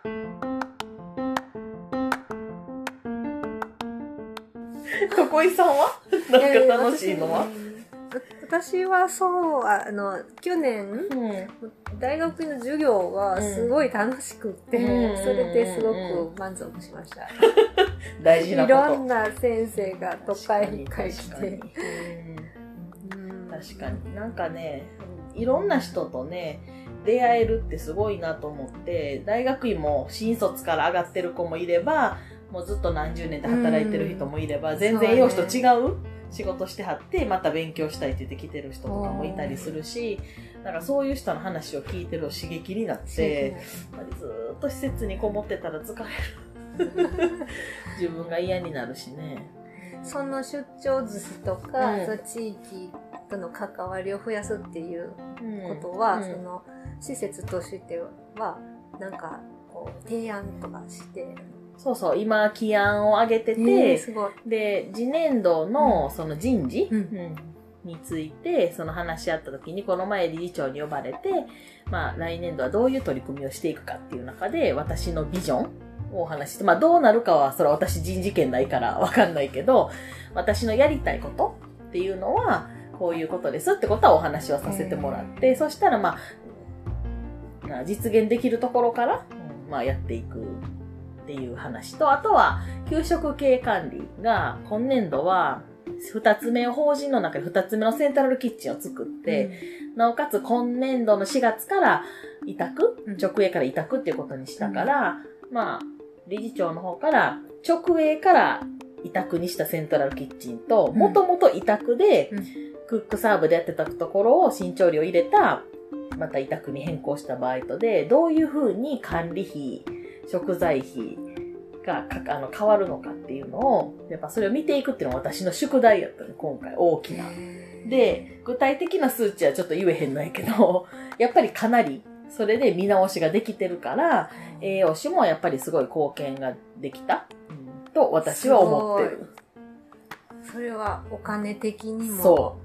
床井さんはなんか楽しいのは？ 私はそう、去年、大学の授業がすごい楽しくて、それですごく満足しました。 大事なこと。 いろんな先生が都会に帰って。 確かに。なんかね、いろんな人とね、出会えるってすごいなと思って、大学院も新卒から上がってる子もいれば、もうずっと何十年で働いてる人もいれば、全然容姿と違う仕事してはって、また勉強したいって言って来てる人とかもいたりするし、なんかそういう人の話を聞いてると刺激になって、やっぱりずーっと施設にこもってたら疲れる。自分が嫌になるしね。 その出張寿司とか、その地域との関わりを増やすっていうことは、その施設としては、なんかこう提案とかして、 そうそう、今、起案を上げてて、で、次年度のその人事、について、その話し合った時に、この前理事長に呼ばれて、まあ、来年度はどういう取り組みをしていくかっていう中で、私のビジョンをお話して、まあ、どうなるかは、それは私人事権ないからわかんないけど、私のやりたいことっていうのは、こういうことですってことはお話をさせてもらって、そしたらまあ、実現できるところから、まあ、やっていく。っていう話と、あとは、給食系管理が、今年度は、二つ目を法人の中で二つ目のセントラルキッチンを作って、なおかつ今年度の4月から委託、直営から委託っていうことにしたから、まあ、理事長の方から直営から委託にしたセントラルキッチンと、もともと委託で、クックサーブでやってたところを新調理を入れた、また委託に変更した場合とで、どういうふうに管理費、食材費が変わるのかっていうのを、やっぱそれを見ていくっていうのが私の宿題やったね、今回大きな。で、具体的な数値はちょっと言えへんのやけど、やっぱりかなり、それで見直しができてるから、栄養士もやっぱりすごい貢献ができた、と私は思ってる。 それはお金的にも。 そう。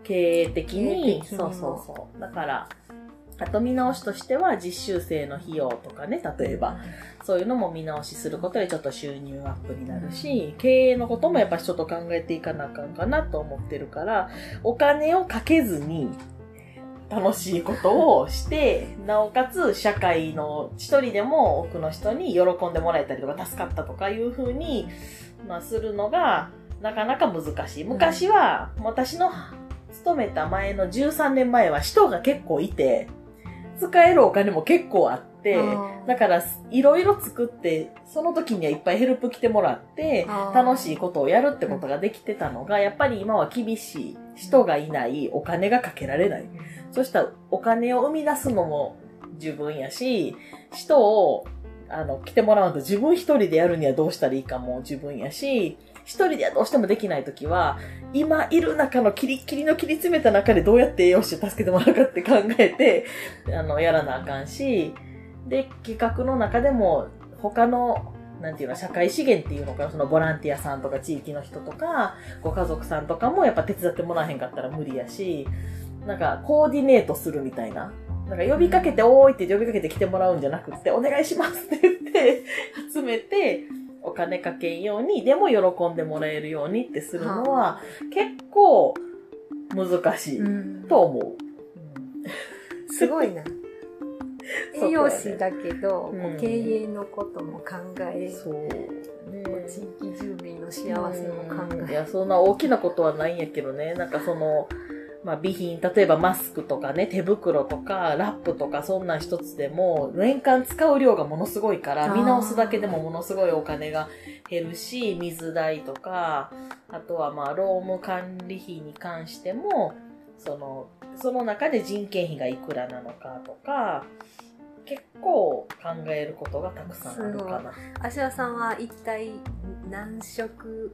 経営的に。そうそうそう。だから、あと見直しとしては実習生の費用とかね、例えば、そういうのも見直しすることでちょっと収入アップになるし、経営のこともやっぱりちょっと考えていかなあかんかなと思ってるから、お金をかけずに楽しいことをして、なおかつ社会の一人でも多くの人に喜んでもらえたりとか助かったとかいう風に、まあするのがなかなか難しい。昔は私の勤めた前の13年前は人が結構いて、使えるお金も結構あって、だからいろいろ作って、その時にはいっぱいヘルプ来てもらって、楽しいことをやるってことができてたのが、やっぱり今は厳しい。人がいない、お金がかけられない。そしたらお金を生み出すのも自分やし、人を来てもらうと自分一人でやるにはどうしたらいいかも自分やし、一人ではどうしてもできないときは、今いる中のキリッキリの切り詰めた中でどうやって栄養士を助けてもらうかって考えて、やらなあかんし、で、企画の中でも他の、なんていうの、社会資源っていうのかな、そのボランティアさんとか地域の人とか、ご家族さんとかもやっぱ手伝ってもらえへんかったら無理やし、なんかコーディネートするみたいな。なんか呼びかけて、おーいって呼びかけて来てもらうんじゃなくって、お願いしますって言って集めて、お金かけんように、でも喜んでもらえるようにってするのは、結構難しいと思う。 すごいな。栄養士だけど、経営のことも考え、そうね、地域住民の幸せも考え。 いや、そんな大きなことはないんやけどね。なんかまあ、備品、例えばマスクとかね、手袋とか、ラップとか、そんなん一つでも、年間使う量がものすごいから、見直すだけでもものすごいお金が減るし、水代とか、あとはまあ、労務管理費に関しても、その中で人件費がいくらなのかとか、結構考えることがたくさんあるかな。 芦田さんは一体何食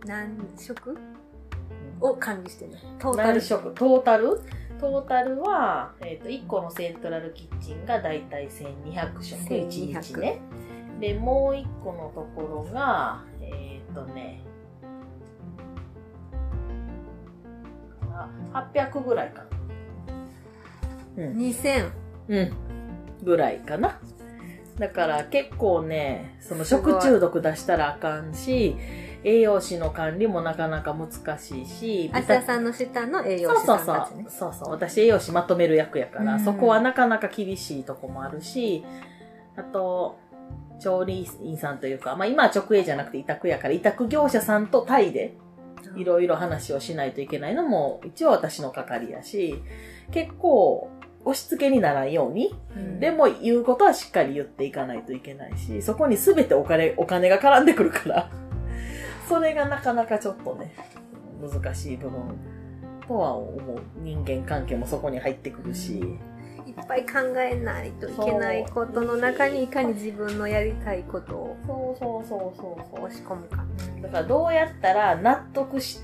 を管理してるの？ トータルは、1個のセントラルキッチンがだいたい1200食1日ね。で、もう1個のところが、800ぐらいかな。 2000。 ぐらいかな。 だから結構ね、その食中毒出したらあかんし、栄養士の管理もなかなか難しいし、 芦田さんの下の栄養士さんたちね。 そうそう。私栄養士まとめる役やから、そこはなかなか厳しいとこもあるし、あと、調理員さんというか、まあ今は直営じゃなくて委託やから、委託業者さんとタイでいろいろ話をしないといけないのも一応私の係やし、結構押し付けにならんように、でも言うことはしっかり言っていかないといけないし、そこに全てお金が絡んでくるから、それがなかなかちょっとね、難しい部分とは思う。人間関係もそこに入ってくるし。 いっぱい考えないといけないことの中にいかに自分のやりたいことを押し込むか。 だからどうやったら納得して、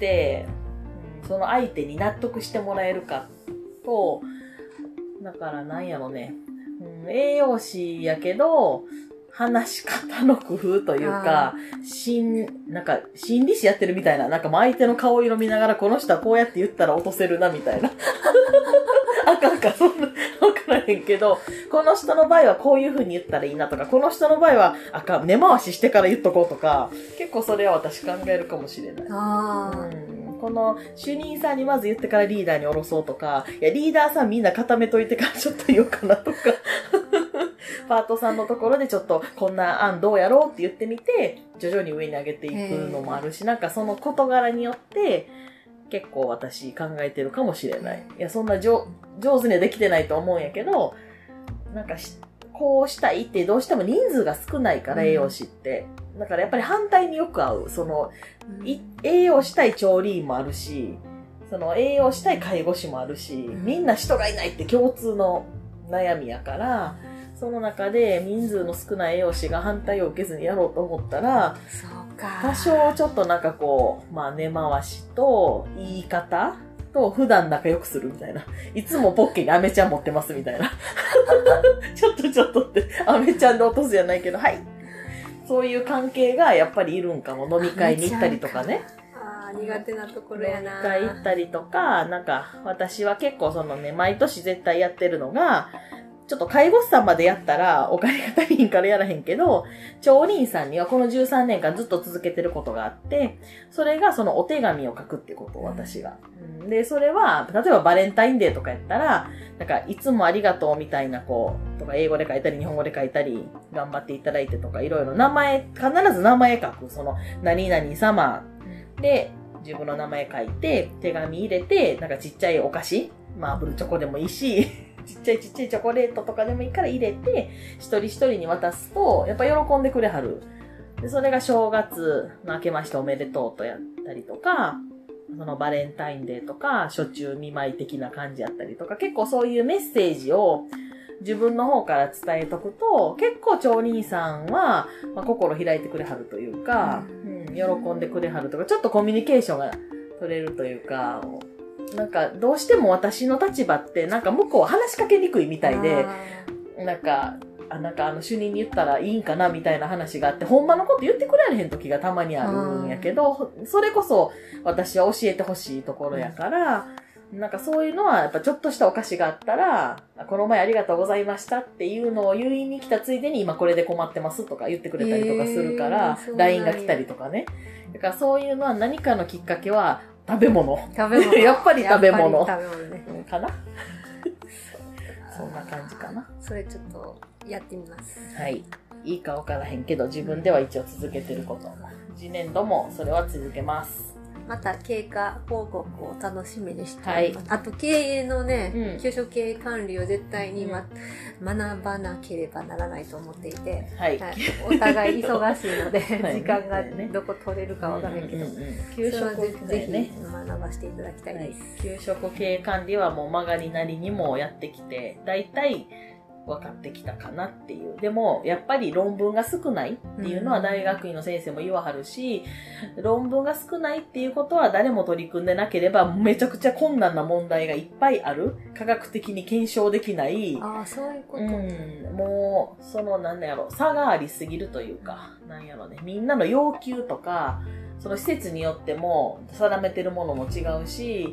その相手に納得してもらえるかと、だからなんやろね、栄養士やけど、話し方の工夫というか、なんか心理師やってるみたいな、なんか相手の顔色見ながらこの人はこうやって言ったら落とせるなみたいな。あかんか、そんな、わからへんけど、この人の場合はこういう風に言ったらいいなとか、この人の場合は、あかん、根回ししてから言っとこうとか、結構それは私考えるかもしれない。この主任さんにまず言ってからリーダーに下ろそうとか、いや、リーダーさんみんな固めといてからちょっと言おうかなとか、パートさんのところでちょっとこんな案どうやろうって言ってみて、徐々に上に上げていくのもあるし、なんかその事柄によって、結構私考えてるかもしれない。いや、そんな上手にはできてないと思うんやけど、なんかこうしたいってどうしても人数が少ないから、栄養士って。だからやっぱり反対によく合う。その、栄養したい調理員もあるし、その栄養したい介護士もあるし、みんな人がいないって共通の悩みやから、その中で人数の少ない栄養士が反対を受けずにやろうと思ったら、多少ちょっとなんかこう、まあ根回しと言い方と普段仲良くするみたいな。いつもポッケにアメちゃん持ってますみたいな。ちょっとってアメちゃんで落とすじゃないけど、はい。そういう関係がやっぱりいるんかも。飲み会に行ったりとかね。 苦手なところやな。 飲み会行ったりとか、なんか私は結構そのね、毎年絶対やってるのが、ちょっと介護士さんまでやったらお金が足りんからやらへんけど、調理員さんにはこの13年間ずっと続けてることがあって、それがそのお手紙を書くってことを私が。で、それは、例えばバレンタインデーとかやったら、なんかいつもありがとうみたいなこう、とか英語で書いたり日本語で書いたり、頑張っていただいてとかいろいろ必ず名前書く。その、何々様で自分の名前書いて、手紙入れて、なんかちっちゃいお菓子、マーブルチョコでもいいし、ちっちゃいチョコレートとかでもいいから入れて、一人一人に渡すと、やっぱ喜んでくれはる。で、それが正月、明けましておめでとうとやったりとか、そのバレンタインデーとか、初中見舞い的な感じやったりとか、結構そういうメッセージを自分の方から伝えとくと、結構調理員さんは、まあ、心開いてくれはるというか、喜んでくれはるとか、ちょっとコミュニケーションが取れるというか、なんか、どうしても私の立場って、なんか向こうは話しかけにくいみたいで、なんか主任に言ったらいいんかなみたいな話があって、ほんまのこと言ってくれへん時がたまにあるんやけど、それこそ私は教えてほしいところやから、なんかそういうのはやっぱちょっとしたお菓子があったら、この前ありがとうございましたっていうのを言いに来たついでに今これで困ってますとか言ってくれたりとかするから、LINE が来たりとかね。だからそういうのは何かのきっかけは食べ物。やっぱり食べ物。かなそんな感じかな。 それちょっとやってみます。 はい。いいか分からへんけど、自分では一応続けてること。次年度もそれは続けます。 また経過報告を楽しみにしております。あと経営のね、給食経営管理を絶対に、学ばなければならないと思っていて、お互い忙しいので、時間がどこ取れるかわからないけど、給食ぜひ学ばせていただきたいです。 給食経営管理はもう曲がりなりにもやってきて、だいたい分かってきたかなっていう。でも、やっぱり論文が少ないっていうのは大学院の先生も言わはるし、論文が少ないっていうことは誰も取り組んでなければめちゃくちゃ困難な問題がいっぱいある。科学的に検証できない。 そういうこと。 もう、なんだろう、差がありすぎるというか、なんやろね、みんなの要求とか、その施設によっても定めてるものも違うし、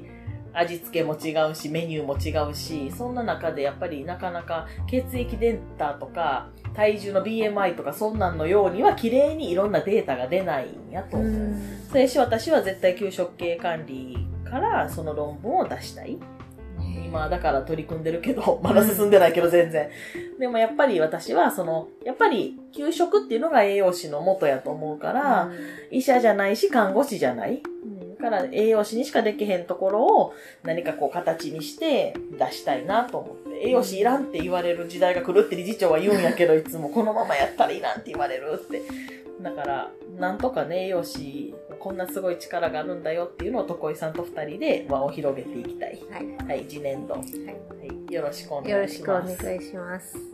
味付けも違うし、メニューも違うし、そんな中でやっぱりなかなか血液データとか、体重の BMI とかそんなんのようには綺麗にいろんなデータが出ないんやと思う。それし私は絶対給食系管理からその論文を出したい。今だから取り組んでるけど、まだ進んでないけど全然。でもやっぱり私はやっぱり給食っていうのが栄養士の元やと思うから、医者じゃないし看護師じゃない。だから栄養士にしかできへんところを何かこう形にして出したいなと思って。栄養士いらんって言われる時代が来るって理事長は言うんやけど、いつもこのままやったらいいなんて言われるって。だから、なんとかね、栄養士、こんなすごい力があるんだよっていうのを床井さんと二人で輪を広げていきたい。はい。はい、次年度。はい。よろしくお願いします。 よろしくお願いします。